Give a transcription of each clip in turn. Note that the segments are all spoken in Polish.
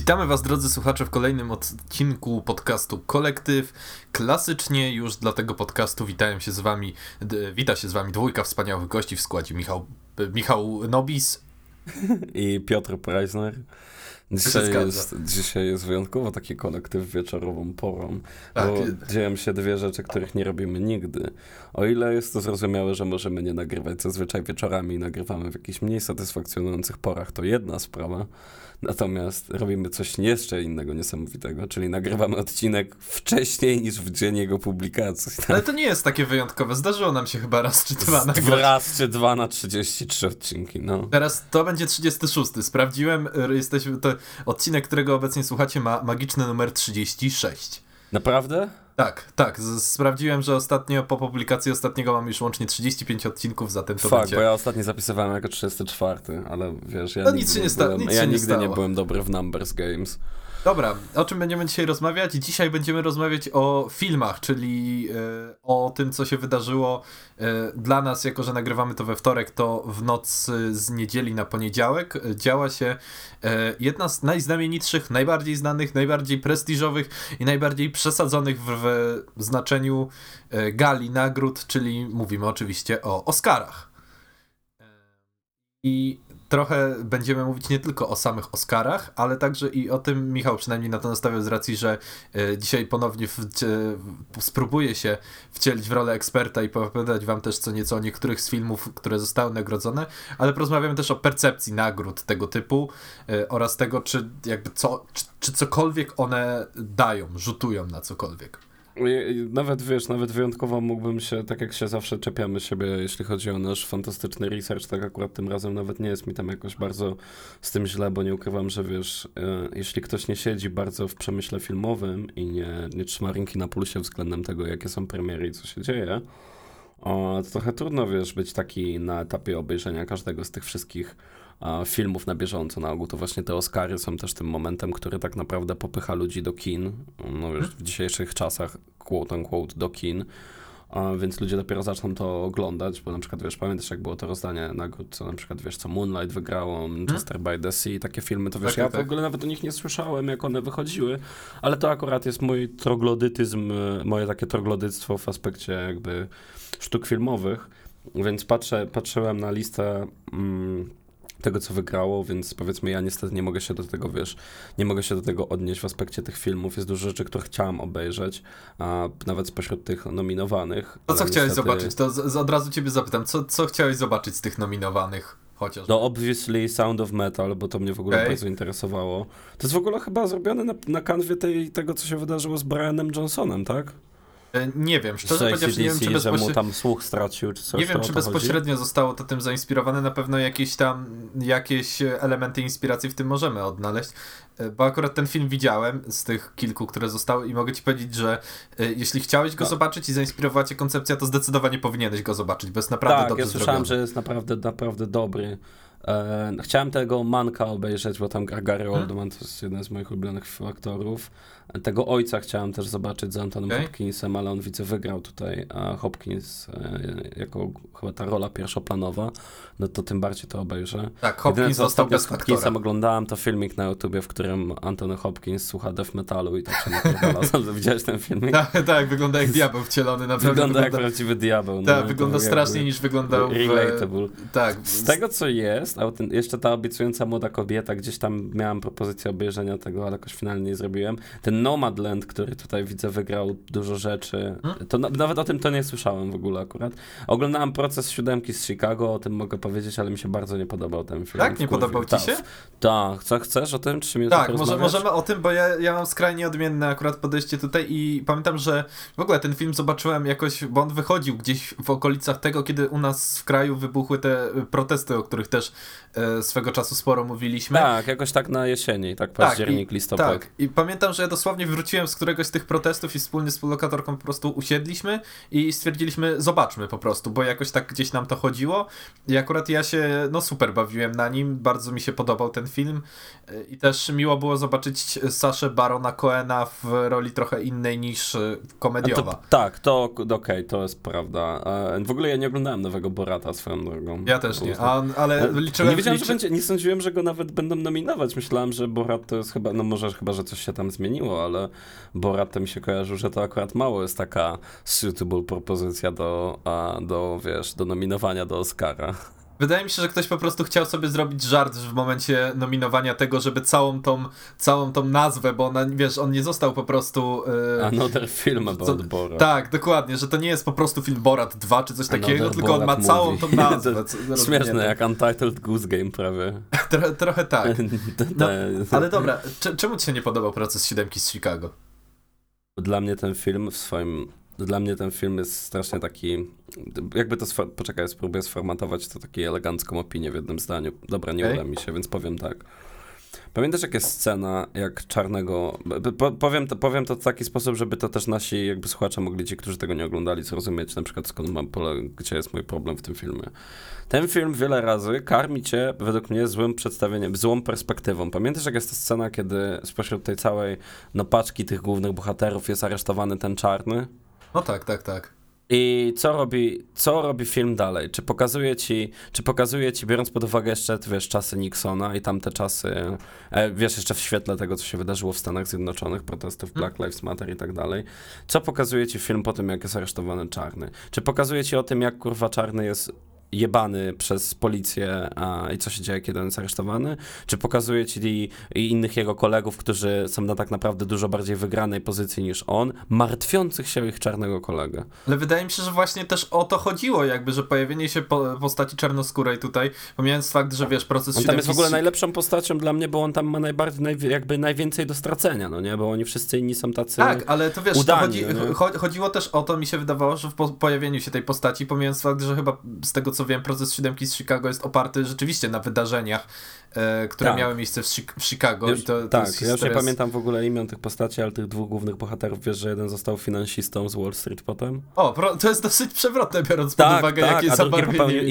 Witamy Was, drodzy słuchacze, w kolejnym odcinku podcastu Kolektyw. Klasycznie już dla tego podcastu wita się z Wami dwójka wspaniałych gości w składzie Michał Nobis i Piotr Preisner. Dzisiaj jest wyjątkowo taki kolektyw wieczorową porą, tak. Bo dzieją się dwie rzeczy, których nie robimy nigdy. O ile jest to zrozumiałe, że możemy nie nagrywać zazwyczaj wieczorami i nagrywamy w jakichś mniej satysfakcjonujących porach, to jedna sprawa. Natomiast robimy coś jeszcze innego niesamowitego, czyli nagrywamy odcinek wcześniej niż w dzień jego publikacji. Tak? Ale to nie jest takie wyjątkowe. Zdarzyło nam się chyba raz czy dwa nagrać. Raz czy dwa na 33 odcinki, no. Teraz to będzie 36. Sprawdziłem, to odcinek, którego obecnie słuchacie, ma magiczny numer 36. Naprawdę? Tak. Sprawdziłem, że ostatnio, po publikacji ostatniego mamy już łącznie 35 odcinków, zatem to Fakt, będzie... bo ja ostatnio zapisywałem jako 34, ale wiesz, ja nigdy nie byłem dobry w numbers games. Dobra, o czym będziemy dzisiaj rozmawiać? Dzisiaj będziemy rozmawiać o filmach, czyli o tym, co się wydarzyło dla nas, jako że nagrywamy to we wtorek, to w nocy z niedzieli na poniedziałek działa się jedna z najznamienitszych, najbardziej znanych, najbardziej prestiżowych i najbardziej przesadzonych w znaczeniu gali nagród, czyli mówimy oczywiście o Oscarach. I trochę będziemy mówić nie tylko o samych Oscarach, ale także i o tym, Michał przynajmniej na to nastawiał z racji, że dzisiaj ponownie spróbuję się wcielić w rolę eksperta i opowiadać wam też co nieco o niektórych z filmów, które zostały nagrodzone, ale porozmawiamy też o percepcji nagród tego typu oraz tego, czy cokolwiek one dają, rzutują na cokolwiek. Nawet wyjątkowo mógłbym się, tak jak się zawsze czepiamy siebie, jeśli chodzi o nasz fantastyczny research, tak akurat tym razem nawet nie jest mi tam jakoś bardzo z tym źle, bo nie ukrywam, że wiesz, jeśli ktoś nie siedzi bardzo w przemyśle filmowym i nie trzyma ręki na pulsie względem tego, jakie są premiery i co się dzieje, to trochę trudno, wiesz, być taki na etapie obejrzenia każdego z tych wszystkich filmów na bieżąco. Na ogół to właśnie te Oscary są też tym momentem, który tak naprawdę popycha ludzi do kin. No wiesz, w dzisiejszych czasach quote unquote do kin, więc ludzie dopiero zaczną to oglądać, bo na przykład wiesz, pamiętasz jak było to rozdanie nagród, co na przykład wiesz, co Moonlight wygrało, Manchester by the Sea, takie filmy, to wiesz, ja w ogóle nawet o nich nie słyszałem, jak one wychodziły, ale to akurat jest mój troglodytyzm, moje takie troglodyctwo w aspekcie jakby sztuk filmowych, więc patrzyłem na listę tego, co wygrało, więc powiedzmy ja niestety nie mogę się do tego odnieść w aspekcie tych filmów. Jest dużo rzeczy, które chciałem obejrzeć, nawet spośród tych nominowanych. To co chciałeś zobaczyć? To od razu ciebie zapytam, co chciałeś zobaczyć z tych nominowanych? Chociaż. No obviously Sound of Metal, bo to mnie w ogóle bardzo interesowało. To jest w ogóle chyba zrobione na kanwie tego, co się wydarzyło z Brianem Johnsonem, tak? Nie wiem, szczerze powiedziawszy, nie wiem, czy że mu tam słuch stracił, czy coś. Nie wiem, czy bezpośrednio zostało to tym zainspirowane, na pewno jakieś elementy inspiracji w tym możemy odnaleźć, bo akurat ten film widziałem z tych kilku, które zostały i mogę ci powiedzieć, że jeśli chciałeś go zobaczyć i zainspirowała cię koncepcja, to zdecydowanie powinieneś go zobaczyć, bo jest naprawdę dobrze zrobiony. Tak, ja słyszałem, że jest naprawdę dobry. Chciałem tego Manka obejrzeć, bo tam Gary Oldman to jest jeden z moich ulubionych aktorów. Tego ojca chciałem też zobaczyć z Antonem Hopkinsem, ale on widzę wygrał tutaj, a Hopkins jako chyba ta rola pierwszoplanowa, no to tym bardziej to obejrzę. Tak, Hopkins został bez z Hopkinsem oglądałem to filmik na YouTubie, w którym Anthony Hopkins słucha death metalu i tak się napierdala. Widziałeś ten filmik? Tak, wygląda jak diabeł wcielony. Wygląda jak prawdziwy diabeł. Tak, wygląda straszniej niż wyglądał relatable. Tak. Z tego co jest, jeszcze ta obiecująca młoda kobieta, gdzieś tam miałem propozycję obejrzenia tego, ale jakoś finalnie nie zrobiłem. Ten Nomadland, który tutaj widzę wygrał dużo rzeczy, to nawet o tym to nie słyszałem w ogóle akurat. Oglądałem Proces Siódemki z Chicago, o tym mogę powiedzieć, ale mi się bardzo nie podobał ten film. Tak? Nie podobał ci się? Tak. Co chcesz o tym? Czy mnie tak, możemy o tym, bo ja mam skrajnie odmienne akurat podejście tutaj i pamiętam, że w ogóle ten film zobaczyłem jakoś, bo on wychodził gdzieś w okolicach tego, kiedy u nas w kraju wybuchły te protesty, o których też swego czasu sporo mówiliśmy. Tak, jakoś tak na jesieni, tak październik, listopad. Tak, i pamiętam, że ja dosłownie wróciłem z któregoś z tych protestów i wspólnie z współlokatorką po prostu usiedliśmy i stwierdziliśmy, zobaczmy po prostu, bo jakoś tak gdzieś nam to chodziło i akurat ja się, super bawiłem na nim, bardzo mi się podobał ten film i też miło było zobaczyć Saszę Barona Cohena w roli trochę innej niż komediowa. To jest prawda. W ogóle ja nie oglądałem nowego Borata swoją drogą. Ja też nie, ale Nie sądziłem, że go nawet będą nominować. Myślałem, że Borat to jest chyba, no może chyba, że coś się tam zmieniło, ale Borat to mi się kojarzył, że to akurat mało jest taka suitable propozycja do nominowania do Oscara. Wydaje mi się, że ktoś po prostu chciał sobie zrobić żart w momencie nominowania tego, żeby całą tą nazwę, bo ona, wiesz, on nie został po prostu... Another film about Borat. Tak, dokładnie, że to nie jest po prostu film Borat 2 czy coś takiego, tylko on ma całą tą nazwę. Śmieszne, jak Untitled Goose Game prawie. Trochę tak. No, ale dobra, czemu ci się nie podobał Proces Siódemki z Chicago? Dla mnie ten film jest strasznie taki, jakby to, poczekaj, spróbuję sformatować to taką elegancką opinię w jednym zdaniu. Dobra, nie uda mi się, więc powiem tak. Pamiętasz, jak jest scena, jak Czarnego... Powiem to w taki sposób, żeby to też nasi jakby słuchacze mogli, ci, którzy tego nie oglądali, zrozumieć na przykład gdzie jest mój problem w tym filmie. Ten film wiele razy karmi cię, według mnie, złym przedstawieniem, złą perspektywą. Pamiętasz, jak jest ta scena, kiedy spośród tej całej paczki tych głównych bohaterów jest aresztowany ten Czarny? No tak. I co robi film dalej? Czy pokazuje ci, biorąc pod uwagę jeszcze, wiesz, czasy Nixona i tamte czasy, wiesz, jeszcze w świetle tego, co się wydarzyło w Stanach Zjednoczonych, protestów Black Lives Matter i tak dalej, co pokazuje ci film po tym, jak jest aresztowany Czarny? Czy pokazuje ci o tym, jak kurwa Czarny jest jebany przez policję i co się dzieje, kiedy on jest aresztowany? Czy pokazuje ci innych jego kolegów, którzy są na tak naprawdę dużo bardziej wygranej pozycji niż on, martwiących się o ich czarnego kolegę? Ale wydaje mi się, że właśnie też o to chodziło, jakby, że pojawienie się postaci czarnoskórej tutaj, pomijając fakt, że wiesz, Proces on tam jest w ogóle najlepszą postacią dla mnie, bo on tam ma najwięcej do stracenia, no nie? Bo oni wszyscy inni są tacy tak, ale to wiesz, udani, chodziło też o to, mi się wydawało, że w pojawieniu się tej postaci, pomijając fakt, że chyba z tego co wiem, Proces Siódemki z Chicago jest oparty rzeczywiście na wydarzeniach, które miały miejsce w Chicago. Ja już nie pamiętam w ogóle imion tych postaci, ale tych dwóch głównych bohaterów, wiesz, że jeden został finansistą z Wall Street potem? To jest dosyć przewrotne, biorąc pod uwagę, jakie jest zabarwienie.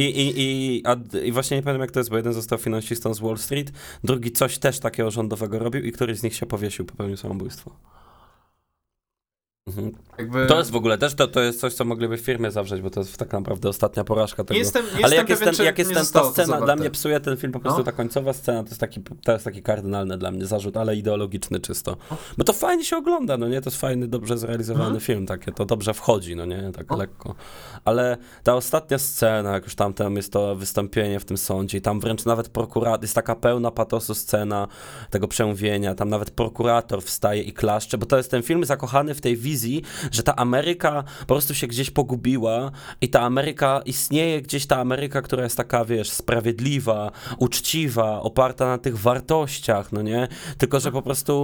I właśnie nie pamiętam, jak to jest, bo jeden został finansistą z Wall Street, drugi coś też takiego rządowego robił i któryś z nich się powiesił, popełnił samobójstwo. To jest w ogóle też, to jest coś, co mogliby w firmie zawrzeć, bo to jest tak naprawdę ostatnia porażka tego. Ale jak jest ta scena, dla mnie psuje ten film po prostu ta końcowa scena, to jest taki kardynalny dla mnie zarzut, ale ideologiczny czysto. Bo to fajnie się ogląda, no nie? To jest fajny, dobrze zrealizowany film, takie, to dobrze wchodzi, no nie? Tak lekko. Ale ta ostatnia scena, jak już tam jest to wystąpienie w tym sądzie i tam wręcz nawet prokurator, jest taka pełna patosu scena tego przemówienia, tam nawet prokurator wstaje i klaszcze, bo to jest ten film zakochany w tej wizji, że ta Ameryka po prostu się gdzieś pogubiła i ta Ameryka, istnieje gdzieś ta Ameryka, która jest taka, wiesz, sprawiedliwa, uczciwa, oparta na tych wartościach, no nie? Tylko, że po prostu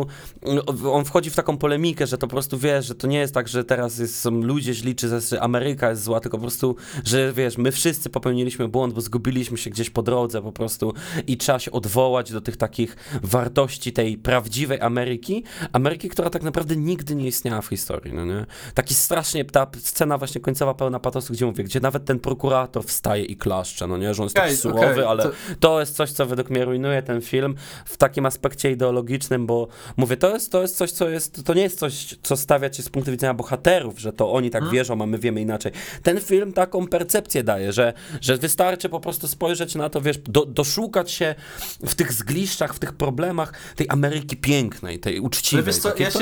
on wchodzi w taką polemikę, że to po prostu, wiesz, że to nie jest tak, że teraz są ludzie źli, czy że Ameryka jest zła, tylko po prostu, że wiesz, my wszyscy popełniliśmy błąd, bo zgubiliśmy się gdzieś po drodze po prostu i trzeba się odwołać do tych takich wartości tej prawdziwej Ameryki, która tak naprawdę nigdy nie istniała w historii. No nie? Taki strasznie, ta scena właśnie końcowa pełna patosu, gdzie nawet ten prokurator wstaje i klaszcze, no nie, że on jest taki surowy, ale to jest coś, co według mnie rujnuje ten film w takim aspekcie ideologicznym, bo mówię, to jest coś, to nie jest coś, co stawia cię z punktu widzenia bohaterów, że to oni tak wierzą, a my wiemy inaczej. Ten film taką percepcję daje, że wystarczy po prostu spojrzeć na to, wiesz, doszukać się w tych zgliszczach, w tych problemach tej Ameryki pięknej, tej uczciwej. Ale wiesz co,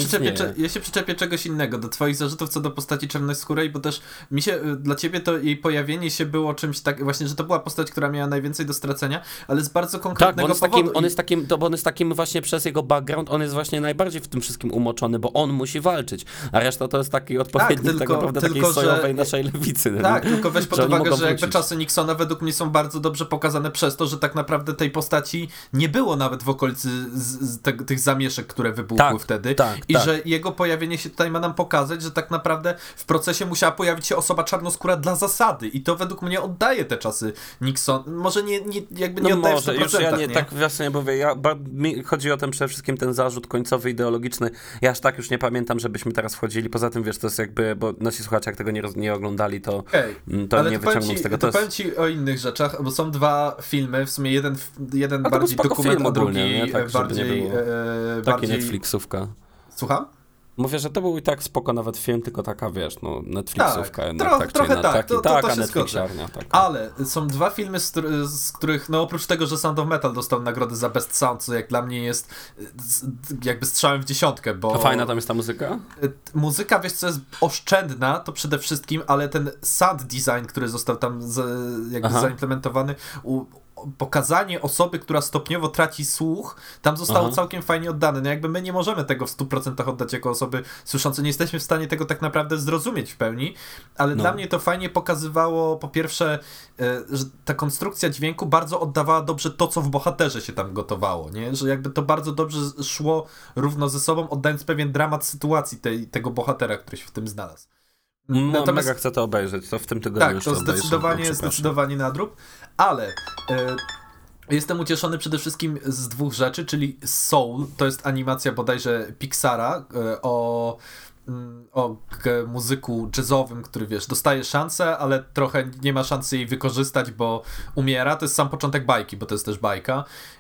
ja się przyczepię czegoś innego, do twoich zarzutów co do postaci czarnoskórej, bo też dla ciebie to jej pojawienie się było czymś tak, właśnie, że to była postać, która miała najwięcej do stracenia, ale z bardzo konkretnego powodu. On jest takim właśnie przez jego background, on jest właśnie najbardziej w tym wszystkim umoczony, bo on musi walczyć, a reszta to jest taki odpowiednik tak naprawdę takiej sojowej naszej lewicy. Tak, tylko weź pod uwagę, że jakby czasy Nixona według mnie są bardzo dobrze pokazane przez to, że tak naprawdę tej postaci nie było nawet w okolicy tych zamieszek, które wybuchły wtedy i że jego pojawienie się tutaj ma nam pokazać, że tak naprawdę w procesie musiała pojawić się osoba czarnoskóra dla zasady i to według mnie oddaje te czasy Nixon. Może nie oddaje w 100%, już ja nie tak właśnie mówię, mi chodzi o ten przede wszystkim ten zarzut końcowy ideologiczny. Ja aż tak już nie pamiętam, żebyśmy teraz wchodzili. Poza tym, wiesz, to jest jakby, bo nasi słuchacze jak tego nie oglądali, to nie wyciągną z tego. To powiem ci o innych rzeczach, bo są dwa filmy, w sumie jeden bardziej dokument, a drugi tak, bardziej Netflixówka. Słucham? Mówię, że to był i tak spoko nawet film, tylko taka, wiesz, no Netflixówka Tak, jednak, tak czy trochę inaczej. tak, to Taka się zgodzę. Netflixarnia, taka. Ale są dwa filmy, z których, no oprócz tego, że Sound of Metal dostał nagrodę za Best Sound, co jak dla mnie jest jakby strzałem w dziesiątkę, bo... A fajna tam jest ta muzyka? Muzyka, wiesz co, jest oszczędna, to przede wszystkim, ale ten sound design, który został tam zaimplementowany, pokazanie osoby, która stopniowo traci słuch, tam zostało całkiem fajnie oddane. No jakby my nie możemy tego w 100% oddać jako osoby słyszące, nie jesteśmy w stanie tego tak naprawdę zrozumieć w pełni, ale dla mnie to fajnie pokazywało, po pierwsze, że ta konstrukcja dźwięku bardzo oddawała dobrze to, co w bohaterze się tam gotowało, nie? Że jakby to bardzo dobrze szło równo ze sobą, oddając pewien dramat sytuacji tego bohatera, który się w tym znalazł. Natomiast mega chcę to obejrzeć, to w tym tygodniu tak, to zdecydowanie nadrób, ale jestem ucieszony przede wszystkim z dwóch rzeczy, czyli Soul, to jest animacja bodajże Pixara o muzyku jazzowym, który wiesz, dostaje szansę, ale trochę nie ma szansy jej wykorzystać, bo umiera. To jest sam początek bajki, bo to jest też bajka.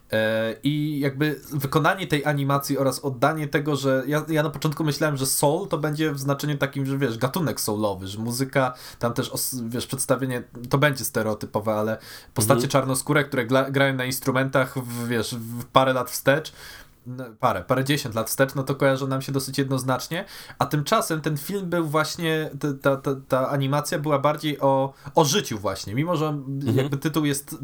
I jakby wykonanie tej animacji oraz oddanie tego, że ja na początku myślałem, że soul to będzie w znaczeniu takim, że wiesz, gatunek soulowy, że muzyka, tam też wiesz, przedstawienie, to będzie stereotypowe, ale postacie czarnoskóre, które grają na instrumentach, wiesz, w parę lat wstecz, parędziesiąt lat wstecz, no to kojarzy nam się dosyć jednoznacznie, a tymczasem ten film był właśnie, ta animacja była bardziej o życiu właśnie, mimo że jakby tytuł jest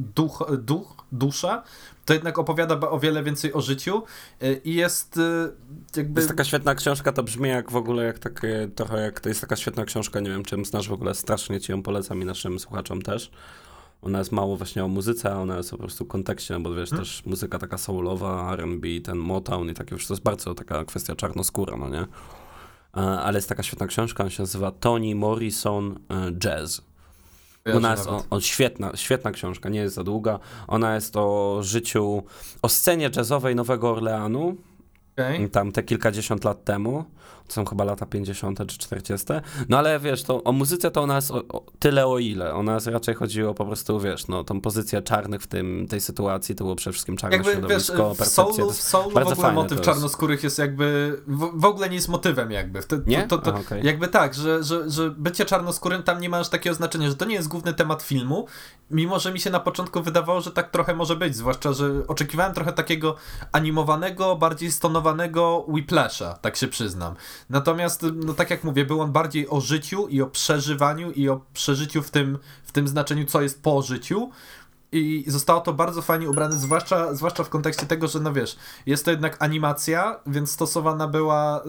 dusza, to jednak opowiada o wiele więcej o życiu i jest jakby... To jest taka świetna książka, to brzmi jak w ogóle, jak takie, trochę jak to jest taka świetna książka, nie wiem, czym znasz w ogóle, strasznie ci ją polecam i naszym słuchaczom też. Ona jest mało właśnie o muzyce, a ona jest po prostu w kontekście, no bo wiesz, też muzyka taka soulowa, R&B, ten Motown i takie, już to jest bardzo taka kwestia czarnoskóra, no nie? Ale jest taka świetna książka, ona się nazywa Toni Morrison Jazz. Ona jest świetna książka, nie jest za długa. Ona jest o życiu, o scenie jazzowej Nowego Orleanu, tam te kilkadziesiąt lat temu. To są chyba lata 50. czy 40. No ale wiesz, to o muzyce to ona jest tyle o ile. Ona raczej chodziło po prostu, wiesz, no tą pozycję czarnych w tej sytuacji, to było przede wszystkim czarne jakby, środowisko, wiesz, percepcja. W soulu w ogóle motyw czarnoskórych jest jakby, w ogóle nie jest motywem jakby. Nie? Jakby tak, że bycie czarnoskórym tam nie ma aż takiego znaczenia, że to nie jest główny temat filmu, mimo że mi się na początku wydawało, że tak trochę może być, zwłaszcza, że oczekiwałem trochę takiego animowanego, bardziej stonowanego Whiplasha, tak się przyznam. Natomiast, no tak jak mówię, był on bardziej o życiu i o przeżywaniu i o przeżyciu w tym znaczeniu, co jest po życiu. I zostało to bardzo fajnie ubrane, zwłaszcza w kontekście tego, że no wiesz, jest to jednak animacja, więc stosowana była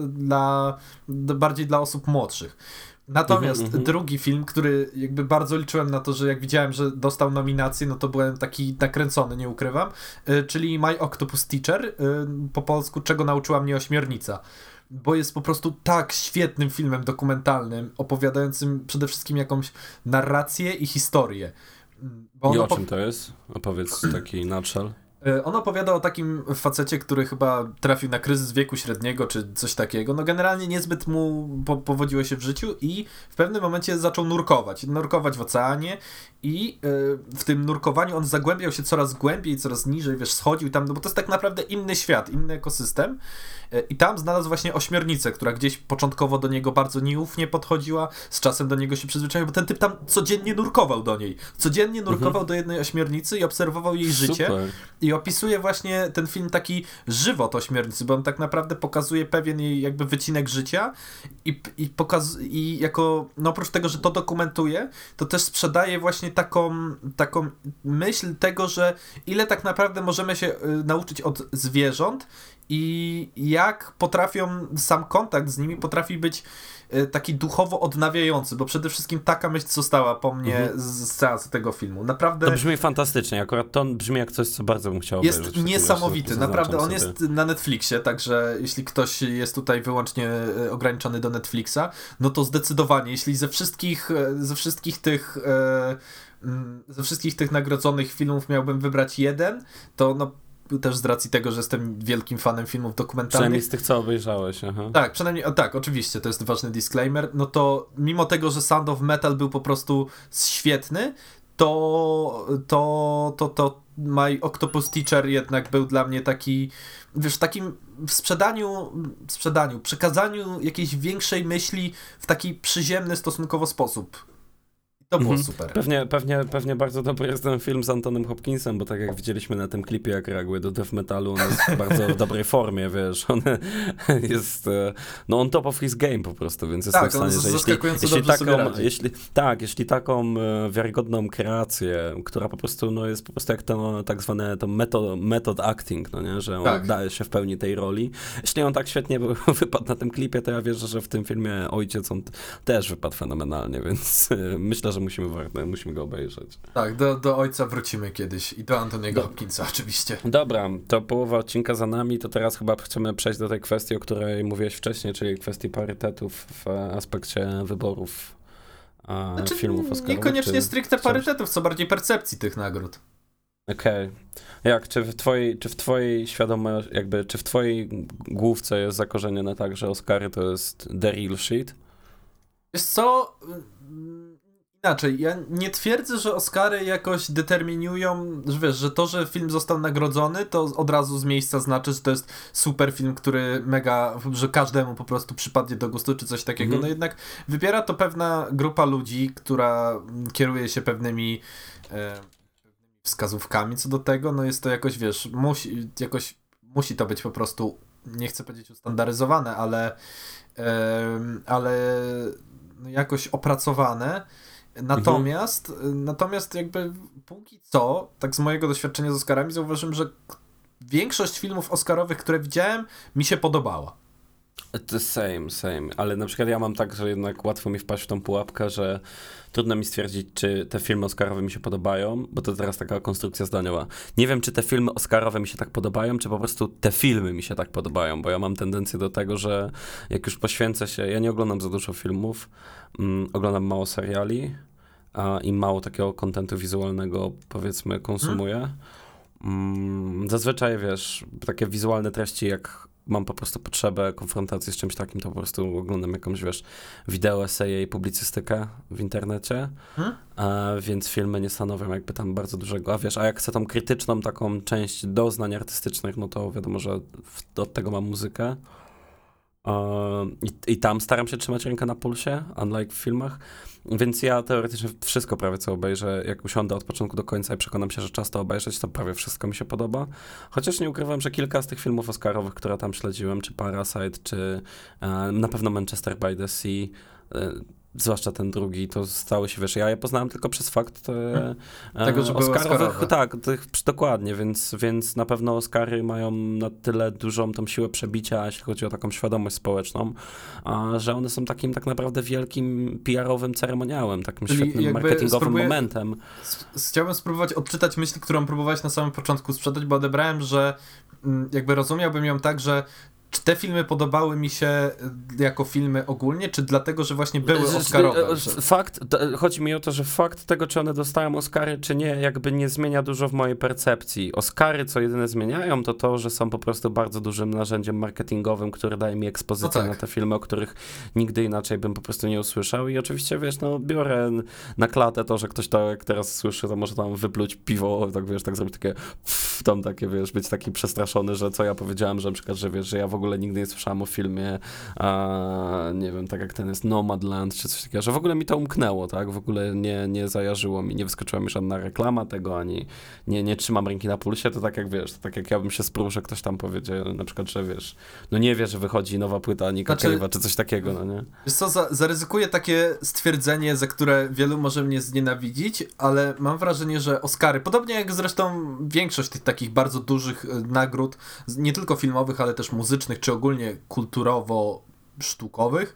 bardziej dla osób młodszych. Natomiast drugi film, który jakby bardzo liczyłem na to, że jak widziałem, że dostał nominację, no to byłem taki nakręcony, nie ukrywam, czyli My Octopus Teacher, po polsku Czego nauczyła mnie ośmiornica. Bo jest po prostu tak świetnym filmem dokumentalnym, opowiadającym przede wszystkim jakąś narrację i historię. I o czym to jest? Opowiedz taki nutshell. On opowiada o takim facecie, który chyba trafił na kryzys wieku średniego, czy coś takiego. No generalnie niezbyt mu powodziło się w życiu i w pewnym momencie zaczął nurkować w oceanie i w tym nurkowaniu on zagłębiał się coraz głębiej, coraz niżej, wiesz, schodził tam, no bo to jest tak naprawdę inny świat, inny ekosystem i tam znalazł właśnie ośmiornicę, która gdzieś początkowo do niego bardzo nieufnie podchodziła, z czasem do niego się przyzwyczaił, bo ten typ tam codziennie nurkował do niej. Codziennie nurkował do jednej ośmiornicy i obserwował jej życie. I opisuje właśnie ten film taki żywot ośmiornicy, bo on tak naprawdę pokazuje pewien jej jakby wycinek życia i jako, no oprócz tego, że to dokumentuje, to też sprzedaje właśnie taką myśl tego, że ile tak naprawdę możemy się nauczyć od zwierząt i jak potrafią, sam kontakt z nimi potrafi być taki duchowo odnawiający, bo przede wszystkim taka myśl została po mnie z seansu tego filmu. Naprawdę... To brzmi fantastycznie, akurat to brzmi jak coś, co bardzo bym chciał obejrzeć. Jest niesamowity, naprawdę. On jest na Netflixie, także jeśli ktoś jest tutaj wyłącznie ograniczony do Netflixa, no to zdecydowanie, jeśli ze wszystkich tych nagrodzonych filmów miałbym wybrać jeden, to no też z racji tego, że jestem wielkim fanem filmów dokumentalnych. Przynajmniej z tych, co obejrzałeś. Aha. Tak, przynajmniej, tak, oczywiście, to jest ważny disclaimer, no to mimo tego, że Sound of Metal był po prostu świetny, to My Octopus Teacher jednak był dla mnie taki, wiesz, takim przekazaniu jakiejś większej myśli w taki przyziemny stosunkowo sposób. To było super. Pewnie bardzo dobry jest ten film z Antonym Hopkinsem, bo tak jak widzieliśmy na tym klipie, jak reaguje do death metalu, on jest bardzo w dobrej formie, wiesz, on jest, no on top of his game po prostu, więc jestem w stanie, że jeśli taką wiarygodną kreację, która po prostu, no jest po prostu jak to tak zwane to method acting, no nie, że on oddaje się w pełni tej roli. Jeśli on tak świetnie wypadł na tym klipie, to ja wierzę, że w tym filmie Ojciec on też wypadł fenomenalnie, więc myślę, że musimy go obejrzeć. Tak, do Ojca wrócimy kiedyś i do Antoniego Hopkinsa oczywiście. Dobra, to połowa odcinka za nami, to teraz chyba chcemy przejść do tej kwestii, o której mówiłeś wcześniej, czyli kwestii parytetów w aspekcie wyborów filmów oscarowych. Niekoniecznie stricte parytetów, co bardziej percepcji tych nagród. Okej. Jak, czy w twojej świadomości, jakby, czy w twojej główce jest zakorzenione tak, że Oscary to jest the real shit? Wiesz co... Inaczej, ja nie twierdzę, że Oscary jakoś determiniują, że wiesz, że to, że film został nagrodzony, to od razu z miejsca znaczy, że to jest super film, który że każdemu po prostu przypadnie do gustu, czy coś takiego. No jednak wybiera to pewna grupa ludzi, która kieruje się pewnymi wskazówkami co do tego, no jest to jakoś, wiesz, musi to być po prostu, nie chcę powiedzieć ustandaryzowane, ale no jakoś opracowane. Natomiast jakby póki co, tak z mojego doświadczenia z Oscarami zauważyłem, że większość filmów oscarowych, które widziałem, mi się podobała. Same, ale na przykład ja mam tak, że jednak łatwo mi wpaść w tą pułapkę, że trudno mi stwierdzić, czy te filmy oscarowe mi się podobają, bo to teraz taka konstrukcja zdaniowa. Nie wiem, czy te filmy oscarowe mi się tak podobają, czy po prostu te filmy mi się tak podobają, bo ja mam tendencję do tego, że jak już poświęcę się, ja nie oglądam za dużo filmów, oglądam mało seriali i mało takiego kontentu wizualnego, powiedzmy, konsumuję. Zazwyczaj, wiesz, takie wizualne treści, jak mam po prostu potrzebę konfrontacji z czymś takim, to po prostu oglądam jakąś, wiesz, wideo, eseje i publicystykę w internecie, więc filmy nie stanowią jakby tam bardzo dużego, a jak chcę tą krytyczną taką część doznań artystycznych, no to wiadomo, że od tego mam muzykę. I tam staram się trzymać rękę na pulsie, unlike w filmach, więc ja teoretycznie wszystko prawie co obejrzę, jak usiądę od początku do końca i przekonam się, że czas to obejrzeć, to prawie wszystko mi się podoba, chociaż nie ukrywam, że kilka z tych filmów oscarowych, które tam śledziłem, czy Parasite, czy na pewno Manchester by the Sea, zwłaszcza ten drugi, to stało się, wiesz, ja je poznałem tylko przez fakt tego, że Oscarowych. Tak, dokładnie, więc na pewno Oscary mają na tyle dużą tą siłę przebicia, jeśli chodzi o taką świadomość społeczną, że one są takim tak naprawdę wielkim PR-owym ceremoniałem, takim świetnym marketingowym momentem. Chciałbym spróbować odczytać myśl, którą próbowałeś na samym początku sprzedać, bo odebrałem, że jakby rozumiałbym ją tak, że czy te filmy podobały mi się jako filmy ogólnie, czy dlatego, że właśnie były oscarowe? Chodzi mi o to, że fakt tego, czy one dostają Oscary, czy nie, jakby nie zmienia dużo w mojej percepcji. Oscary, co jedyne zmieniają, to, że są po prostu bardzo dużym narzędziem marketingowym, które daje mi ekspozycję na te filmy, o których nigdy inaczej bym po prostu nie usłyszał. I oczywiście, wiesz, no biorę na klatę to, że ktoś to, jak teraz słyszy, to może tam wypluć piwo, tak wiesz, tak zrobić takie tam takie, wiesz, być taki przestraszony, że co ja powiedziałem, że na przykład, że wiesz, że ja w ogóle nigdy nie słyszałem o filmie, nie wiem, tak jak ten jest Nomadland, czy coś takiego, że w ogóle mi to umknęło, tak, w ogóle nie zajarzyło mi, nie wyskoczyła mi żadna reklama tego, ani nie trzymam ręki na pulsie, to tak jak, wiesz, tak jak ja bym się sprół, że ktoś tam powiedzie, na przykład, że wiesz, no nie wie, że wychodzi nowa płyta Nicka Cave'a, czy coś takiego, no nie? Wiesz co, zaryzykuję takie stwierdzenie, za które wielu może mnie znienawidzić, ale mam wrażenie, że Oscary, podobnie jak zresztą większość tych takich bardzo dużych nagród, nie tylko filmowych, ale też muzycznych, czy ogólnie kulturowo-sztukowych,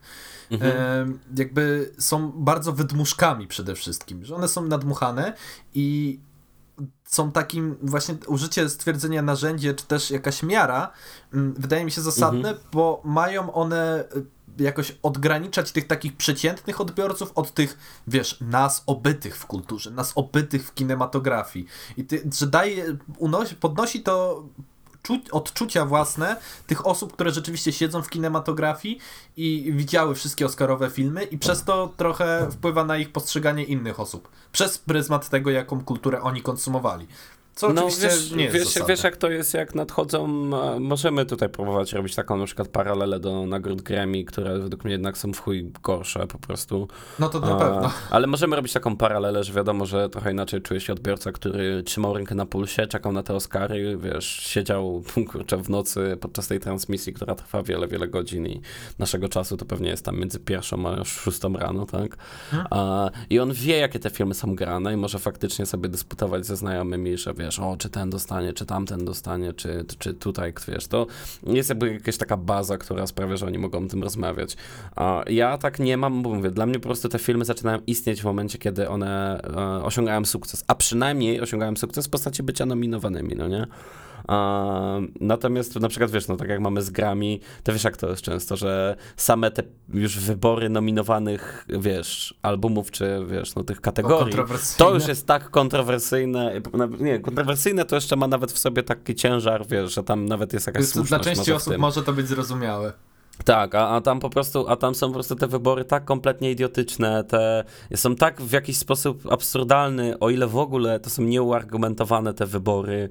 jakby są bardzo wydmuszkami przede wszystkim, że one są nadmuchane i są takim właśnie użycie stwierdzenia narzędzie, czy też jakaś miara, wydaje mi się zasadne, bo mają one jakoś odgraniczać tych takich przeciętnych odbiorców od tych, wiesz, nas obytych w kulturze, nas obytych w kinematografii. I że podnosi to odczucia własne tych osób, które rzeczywiście siedzą w kinematografii i widziały wszystkie oscarowe filmy i przez to trochę wpływa na ich postrzeganie innych osób. Przez pryzmat tego, jaką kulturę oni konsumowali. Co oczywiście nie jest zasadne. Wiesz jak to jest, jak nadchodzą, możemy tutaj próbować robić taką na przykład paralelę do nagród Grammy, które według mnie jednak są w chuj gorsze po prostu. No to na pewno. Ale możemy robić taką paralelę, że wiadomo, że trochę inaczej czuje się odbiorca, który trzymał rękę na pulsie, czekał na te Oscary, wiesz, siedział kurczę w nocy podczas tej transmisji, która trwa wiele, wiele godzin i naszego czasu to pewnie jest tam między 1 a 6 rano, tak? I on wie, jakie te filmy są grane i może faktycznie sobie dyskutować ze znajomymi, że wiesz, czy ten dostanie, czy tamten dostanie, czy tutaj, wiesz, to jest jakby jakaś taka baza, która sprawia, że oni mogą o tym rozmawiać. Ja tak nie mam, bo mówię, dla mnie po prostu te filmy zaczynają istnieć w momencie, kiedy one osiągają sukces, a przynajmniej osiągają sukces w postaci bycia nominowanymi, no nie? Natomiast na przykład, wiesz, no tak jak mamy z Grammy, to wiesz jak to jest często, że same te już wybory nominowanych, wiesz, albumów, czy wiesz, no tych kategorii, to już jest tak kontrowersyjne, nie, kontrowersyjne to jeszcze ma nawet w sobie taki ciężar, wiesz, że tam nawet jest jakaś słuszność. Dla części osób może to być zrozumiałe. Tak, a tam są po prostu te wybory tak kompletnie idiotyczne, są tak w jakiś sposób absurdalne, o ile w ogóle to są nieuargumentowane te wybory.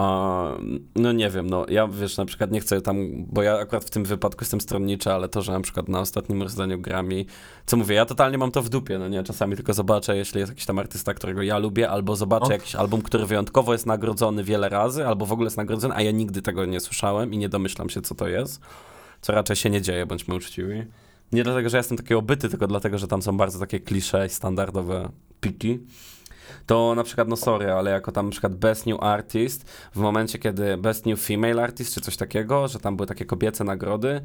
No nie wiem, no ja wiesz, na przykład nie chcę tam, bo ja akurat w tym wypadku jestem stronniczy, ale to, że na przykład na ostatnim rozdaniu Grammy, co mówię, ja totalnie mam to w dupie, no nie, czasami tylko zobaczę, jeśli jest jakiś tam artysta, którego ja lubię, albo zobaczę jakiś album, który wyjątkowo jest nagrodzony wiele razy, albo w ogóle jest nagrodzony, a ja nigdy tego nie słyszałem i nie domyślam się, co to jest. Co raczej się nie dzieje, bądźmy uczciwi. Nie dlatego, że ja jestem taki obyty, tylko dlatego, że tam są bardzo takie klisze i standardowe piki. To na przykład, no sorry, ale jako tam na przykład Best New Artist, w momencie, kiedy Best New Female Artist, czy coś takiego, że tam były takie kobiece nagrody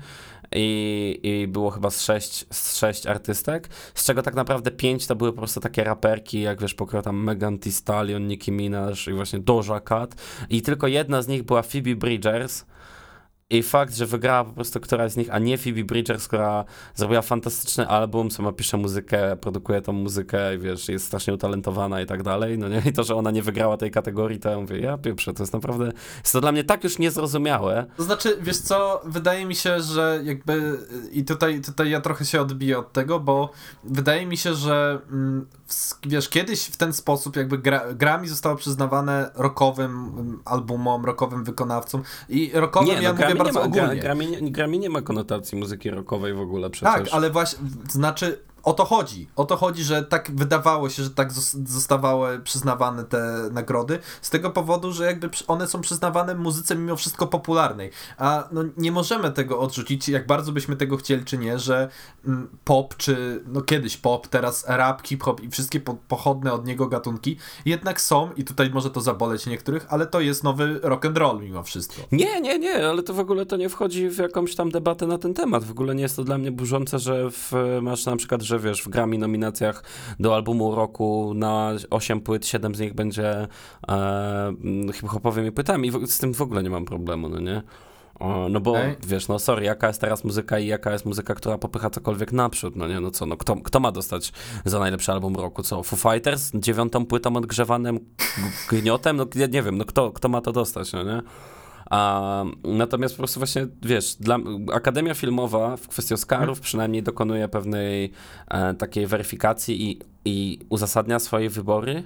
i było chyba z sześć artystek, z czego tak naprawdę 5 to były po prostu takie raperki, jak wiesz, pokroju tam Megan Thee Stallion, Nicki Minaj i właśnie Doja Cat i tylko jedna z nich była Phoebe Bridgers. I fakt, że wygrała po prostu któraś z nich, a nie Phoebe Bridgers, która zrobiła fantastyczny album, sama pisze muzykę, produkuje tą muzykę, wiesz, jest strasznie utalentowana i tak dalej, no nie? I to, że ona nie wygrała tej kategorii, to ja mówię, ja pieprzę, to jest naprawdę, jest to dla mnie tak już niezrozumiałe. To znaczy, wiesz co, wydaje mi się, że jakby, i tutaj ja trochę się odbiję od tego, bo wydaje mi się, że wiesz, kiedyś w ten sposób jakby Grammy zostało przyznawane rockowym albumom, rockowym wykonawcom i rockowym ja mówię bardzo ogólnie. Grammy nie ma konotacji muzyki rockowej w ogóle przecież. Tak, ale właśnie, znaczy o to chodzi, że tak wydawało się, że tak zostawały przyznawane te nagrody, z tego powodu, że jakby one są przyznawane muzyce mimo wszystko popularnej, a no nie możemy tego odrzucić, jak bardzo byśmy tego chcieli czy nie, że pop, czy no kiedyś pop, teraz rap, hip-hop i wszystkie pochodne od niego gatunki jednak są, i tutaj może to zaboleć niektórych, ale to jest nowy rock and roll mimo wszystko. Nie, ale to w ogóle to nie wchodzi w jakąś tam debatę na ten temat, w ogóle nie jest to dla mnie burzące, że masz na przykład, że wiesz, w Grammy nominacjach do albumu roku na 8 płyt, 7 z nich będzie hip-hopowymi płytami i z tym w ogóle nie mam problemu, no nie? No bo wiesz, no sorry, jaka jest teraz muzyka i jaka jest muzyka, która popycha cokolwiek naprzód, no nie, no co, no kto ma dostać za najlepszy album roku, co, Foo Fighters 9 płytą odgrzewanym gniotem, no ja nie wiem, no kto ma to dostać, no nie? Natomiast po prostu właśnie, wiesz, Akademia Filmowa w kwestii Oscarów przynajmniej dokonuje pewnej takiej weryfikacji i uzasadnia swoje wybory.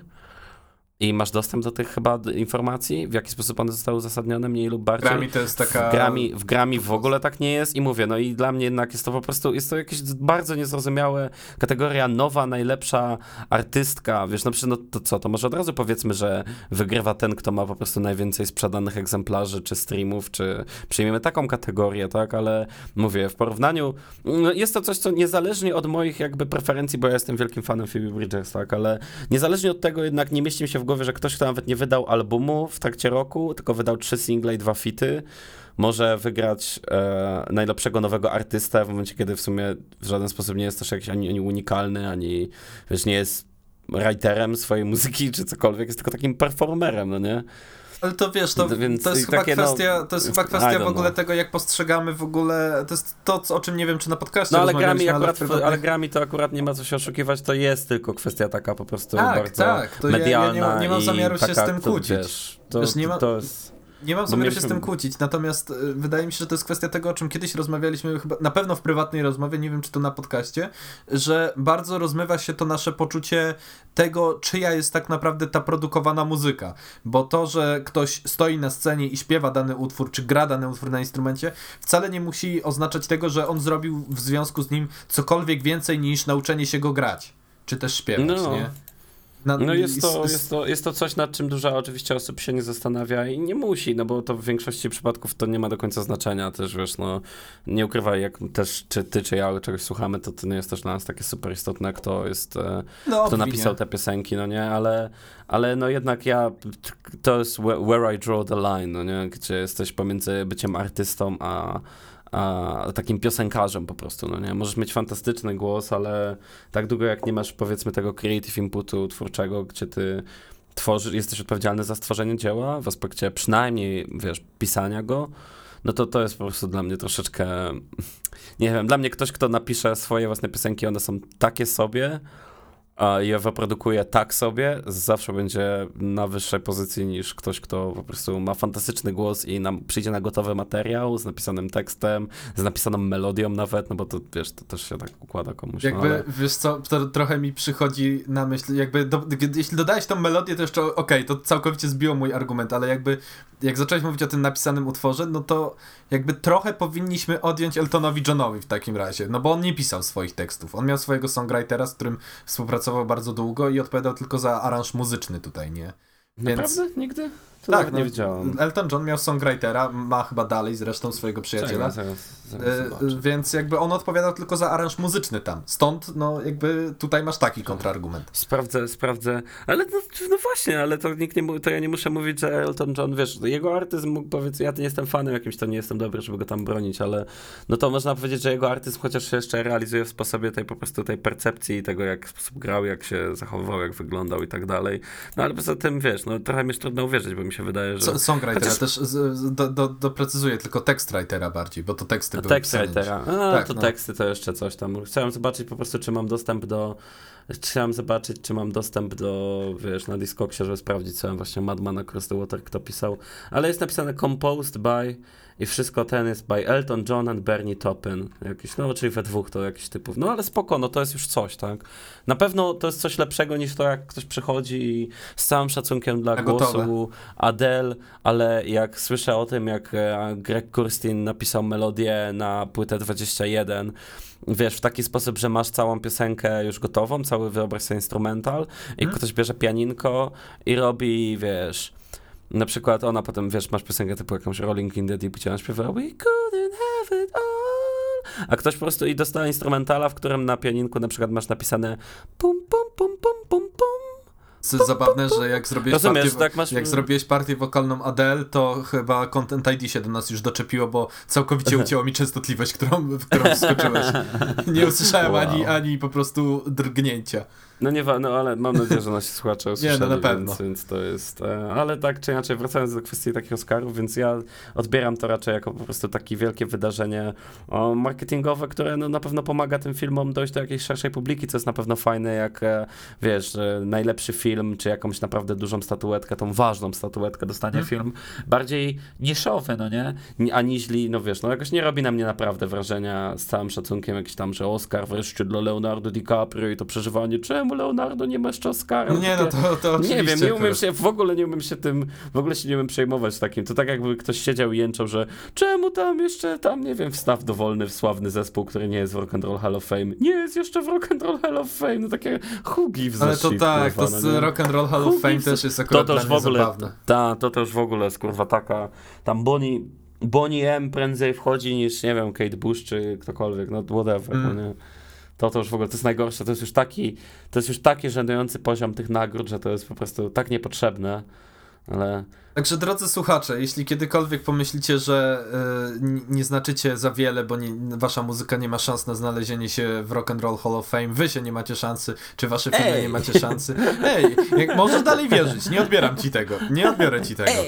I masz dostęp do tych chyba informacji, w jaki sposób one zostały uzasadnione, mniej lub bardziej. Grammy to jest taka... W Grammy w ogóle tak nie jest i mówię, no i dla mnie jednak jest to po prostu, jest to jakieś bardzo niezrozumiałe kategoria nowa, najlepsza artystka, wiesz, no przecież no to co, to może od razu powiedzmy, że wygrywa ten, kto ma po prostu najwięcej sprzedanych egzemplarzy, czy streamów, czy przyjmiemy taką kategorię, tak, ale mówię, w porównaniu, no jest to coś, co niezależnie od moich jakby preferencji, bo ja jestem wielkim fanem Phoebe Bridgers, tak, ale niezależnie od tego jednak nie mieści mi się w głowie, że ktoś, kto nawet nie wydał albumu w trakcie roku, tylko wydał 3 single i 2 featy, może wygrać najlepszego nowego artystę w momencie, kiedy w sumie w żaden sposób nie jest też jakiś ani unikalny, ani wiesz, nie jest writerem swojej muzyki czy cokolwiek, jest tylko takim performerem, no nie? Ale to wiesz, to jest chyba kwestia, to jest chyba kwestia w ogóle tego, jak postrzegamy w ogóle, to jest to, o czym nie wiem, czy na podcaście no, ale Grammy to akurat nie ma co się oszukiwać, to jest tylko kwestia taka po prostu bardzo to medialna ja nie mam zamiaru taka, się z tym kłócić. Wiesz, to jest... Nie mam zamiaru się z tym kłócić, natomiast wydaje mi się, że to jest kwestia tego, o czym kiedyś rozmawialiśmy, chyba na pewno w prywatnej rozmowie, nie wiem czy to na podcaście, że bardzo rozmywa się to nasze poczucie tego, czyja jest tak naprawdę ta produkowana muzyka. Bo to, że ktoś stoi na scenie i śpiewa dany utwór, czy gra dany utwór na instrumencie, wcale nie musi oznaczać tego, że on zrobił w związku z nim cokolwiek więcej niż nauczenie się go grać, czy też śpiewać, nie? Jest to coś, nad czym dużo oczywiście osób się nie zastanawia i nie musi, no bo to w większości przypadków to nie ma do końca znaczenia też, wiesz, no nie ukrywaj, jak też czy ty, czy ja czegoś słuchamy, to nie jest też dla nas takie super istotne, kto napisał te piosenki, no nie, ale no jednak to jest where I draw the line, no nie, gdzie jesteś pomiędzy byciem artystą a takim piosenkarzem po prostu, no nie? Możesz mieć fantastyczny głos, ale tak długo jak nie masz, powiedzmy, tego creative inputu twórczego, gdzie ty jesteś odpowiedzialny za stworzenie dzieła, w aspekcie przynajmniej, wiesz, pisania go, no to jest po prostu dla mnie troszeczkę, nie wiem, dla mnie ktoś, kto napisze swoje własne piosenki, one są takie sobie, a je wyprodukuje tak sobie, zawsze będzie na wyższej pozycji niż ktoś, kto po prostu ma fantastyczny głos i przyjdzie na gotowy materiał z napisanym tekstem, z napisaną melodią nawet, no bo to, wiesz, to też się tak układa komuś. Jakby, no, ale... wiesz co, to trochę mi przychodzi na myśl, jakby, jeśli dodałeś tą melodię, to jeszcze okej, to całkowicie zbiło mój argument, ale jakby, jak zacząłeś mówić o tym napisanym utworze, no to jakby trochę powinniśmy odjąć Eltonowi Johnowi w takim razie, no bo on nie pisał swoich tekstów, on miał swojego songwritera, z którym współpracował bardzo długo i odpowiadał tylko za aranż muzyczny tutaj, nie? Więc... Naprawdę? Nigdy? To tak, nie wiedziałem. Elton John miał songwritera, ma chyba dalej zresztą swojego przyjaciela. Więc jakby on odpowiadał tylko za aranż muzyczny tam. Stąd, no jakby tutaj masz taki kontrargument. Sprawdzę. Ale no właśnie, ale to nikt nie to ja nie muszę mówić, że Elton John, wiesz, jego artyzm mógł powiedzieć, ja nie jestem fanem jakimś, to nie jestem dobry, żeby go tam bronić, ale no to można powiedzieć, że jego artyzm chociaż się jeszcze realizuje w sposobie tej po prostu tej percepcji tego, jak w sposób grał, jak się zachowywał, jak wyglądał i tak dalej. No ale poza tym, wiesz, no trochę mi jest trudno uwierzyć, bo mi się wydaje, że... Songwritera też doprecyzuję, tylko tekstwritera bardziej, bo to teksty były tekstwritera. Tak, teksty to jeszcze coś tam. Chciałem zobaczyć po prostu, czy mam dostęp do, wiesz, na Discogsie, żeby sprawdzić, co właśnie Madman Across the Water kto pisał. Ale jest napisane composed by i wszystko ten jest by Elton John and Bernie Taupin. Jakiś, no czyli we dwóch to jakiś typów. No ale spoko, no to jest już coś, tak? Na pewno to jest coś lepszego niż to, jak ktoś przychodzi i z całym szacunkiem dla głosu Adele, ale jak słyszę o tym, jak Greg Kurstin napisał melodię na płytę 21, wiesz, w taki sposób, że masz całą piosenkę już gotową, cały wyobraź sobie instrumental i ktoś bierze pianinko i robi, wiesz, na przykład ona potem, wiesz, masz piosenkę typu jakąś Rolling in the Deep, gdzie ona śpiewa We couldn't have it all, a ktoś po prostu i dostała instrumentala, w którym na pianinku na przykład masz napisane pum pum pum pum pum pum. Co jest zabawne, że jak zrobiłeś partię wokalną Adele, to chyba Content ID się do nas już doczepiło, bo całkowicie ucięło mi częstotliwość, w którą wskoczyłeś. Nie usłyszałem ani po prostu drgnięcia. No ale mam nadzieję, że nasi słuchacze usłyszeli, nie, no na pewno. Więc to jest... Ale tak czy inaczej, wracając do kwestii takich Oscarów, więc ja odbieram to raczej jako po prostu takie wielkie wydarzenie marketingowe, które no, na pewno pomaga tym filmom dojść do jakiejś szerszej publiki, co jest na pewno fajne, jak wiesz, najlepszy film, czy jakąś naprawdę dużą statuetkę, tą ważną statuetkę dostanie film bardziej niszowy, no nie? Aniźli, no wiesz, no jakoś nie robi na mnie naprawdę wrażenia z całym szacunkiem jakiś tam, że Oscar wreszcie dla Leonardo DiCaprio i to przeżywanie, czemu Leonardo nie ma jeszcze Oscara? No nie, no to oczywiście. Nie wiem, nie umiem się nie umiem przejmować takim. To tak jakby ktoś siedział i jęczał, że czemu tam, nie wiem, wstaw dowolny, sławny zespół, który nie jest w Rock and Roll Hall of Fame. Nie jest jeszcze w Rock and Roll Hall of Fame. No takie hugi w Ale to tak, to z Rock and Roll Hall of Fame też jest akurat dla mnie zabawne. To też w ogóle jest kurwa taka, tam Bonnie M prędzej wchodzi niż, nie wiem, Kate Bush czy ktokolwiek, no whatever, no nie. To już w ogóle, to jest najgorsze, to jest już taki żenujący poziom tych nagród, że to jest po prostu tak niepotrzebne, ale... Także drodzy słuchacze, jeśli kiedykolwiek pomyślicie, że nie znaczycie za wiele, bo wasza muzyka nie ma szans na znalezienie się w Rock and Roll Hall of Fame, wy się nie macie szansy, czy wasze filmy nie macie szansy. Możesz dalej wierzyć, nie odbieram ci tego, nie odbiorę ci tego.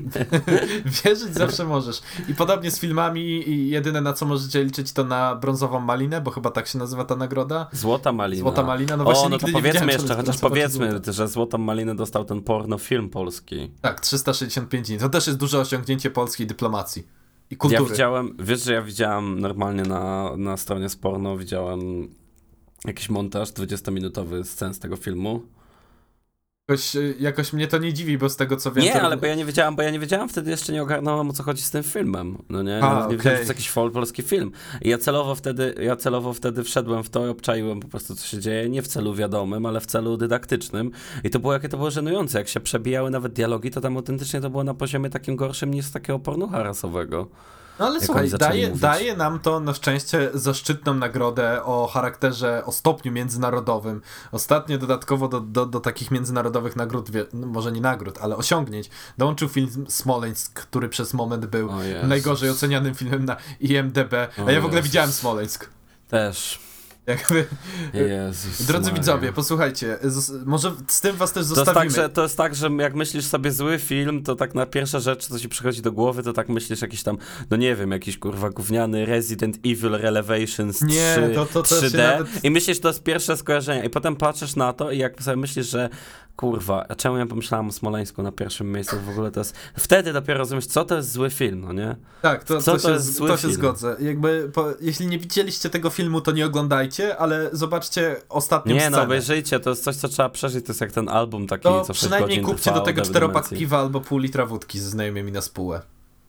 Wierzyć zawsze możesz. I podobnie z filmami i jedyne na co możecie liczyć to na brązową malinę, bo chyba tak się nazywa ta nagroda. Złota malina, no właśnie no to powiedzmy jeszcze, chociaż powiedzmy, że złotą malinę dostał ten pornofilm polski. Tak, 360 365 dni. To też jest duże osiągnięcie polskiej dyplomacji i kultury. Wiesz, że ja widziałem normalnie na stronie Sporno, widziałem jakiś montaż 20-minutowy scen z tego filmu. Jakoś mnie to nie dziwi, bo z tego co wiem... Nie, ale bo ja nie wiedziałem, wtedy jeszcze nie ogarnąłem, o co chodzi z tym filmem. No nie, nie wiedziałem, że to jest jakiś polski film. I ja celowo wtedy wszedłem w to i obczaiłem po prostu, co się dzieje, nie w celu wiadomym, ale w celu dydaktycznym. I to było, jakie to było żenujące. Jak się przebijały nawet dialogi, to tam autentycznie to było na poziomie takim gorszym niż z takiego pornucha rasowego. No ale słuchaj, daje nam to na szczęście zaszczytną nagrodę o charakterze, o stopniu międzynarodowym. Ostatnio dodatkowo do takich międzynarodowych nagród, no może nie nagród, ale osiągnięć, dołączył film Smoleńsk, który przez moment był najgorzej ocenianym filmem na IMDb. A ja w ogóle widziałem Smoleńsk. Też. Jakby... Jezus Drodzy Maria. widzowie, posłuchajcie, może z tym was też zostawimy. To jest tak, że jak myślisz sobie zły film, to tak na pierwsza rzecz, co ci przychodzi do głowy, to tak myślisz jakiś tam, no nie wiem, jakiś kurwa gówniany Resident Evil Revelations 3, nie, to 3D nawet... i myślisz, to jest pierwsze skojarzenie i potem patrzysz na to i jak sobie myślisz, że kurwa, a czemu ja pomyślałem o Smoleńsku na pierwszym miejscu, w ogóle to jest, wtedy dopiero rozumiesz, co to jest zły film, no nie? Tak, to się zgodzę. Jakby, jeśli nie widzieliście tego filmu, to nie oglądajcie, ale zobaczcie ostatnią scenę. Nie, no obejrzyjcie, to jest coś, co trzeba przeżyć, to jest jak ten album taki, to co 6 przynajmniej godzin kupcie do tego 4-pak demencji. piwa albo pół litra wódki ze znajomymi na spółę.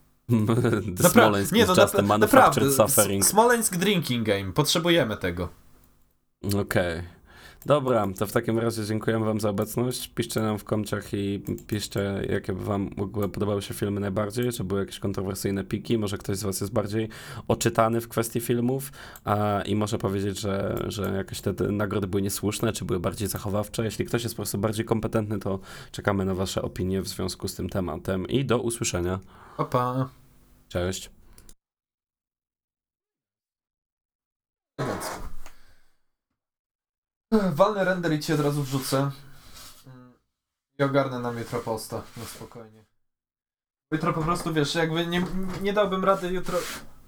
Smoleńsk is just a manufactured suffering. Smoleńsk drinking game, potrzebujemy tego. Okej. Dobra, to w takim razie dziękujemy wam za obecność. Piszcie nam w komciach i piszcie, jakie wam w ogóle podobały się filmy najbardziej, czy były jakieś kontrowersyjne piki, może ktoś z was jest bardziej oczytany w kwestii filmów i może powiedzieć, że jakoś te nagrody były niesłuszne, czy były bardziej zachowawcze. Jeśli ktoś jest po prostu bardziej kompetentny, to czekamy na wasze opinie w związku z tym tematem i do usłyszenia. Pa. Cześć. Walny render i ci od razu wrzucę. I ogarnę nam jutro posta, no spokojnie. Jutro po prostu, wiesz, jakby nie dałbym rady jutro...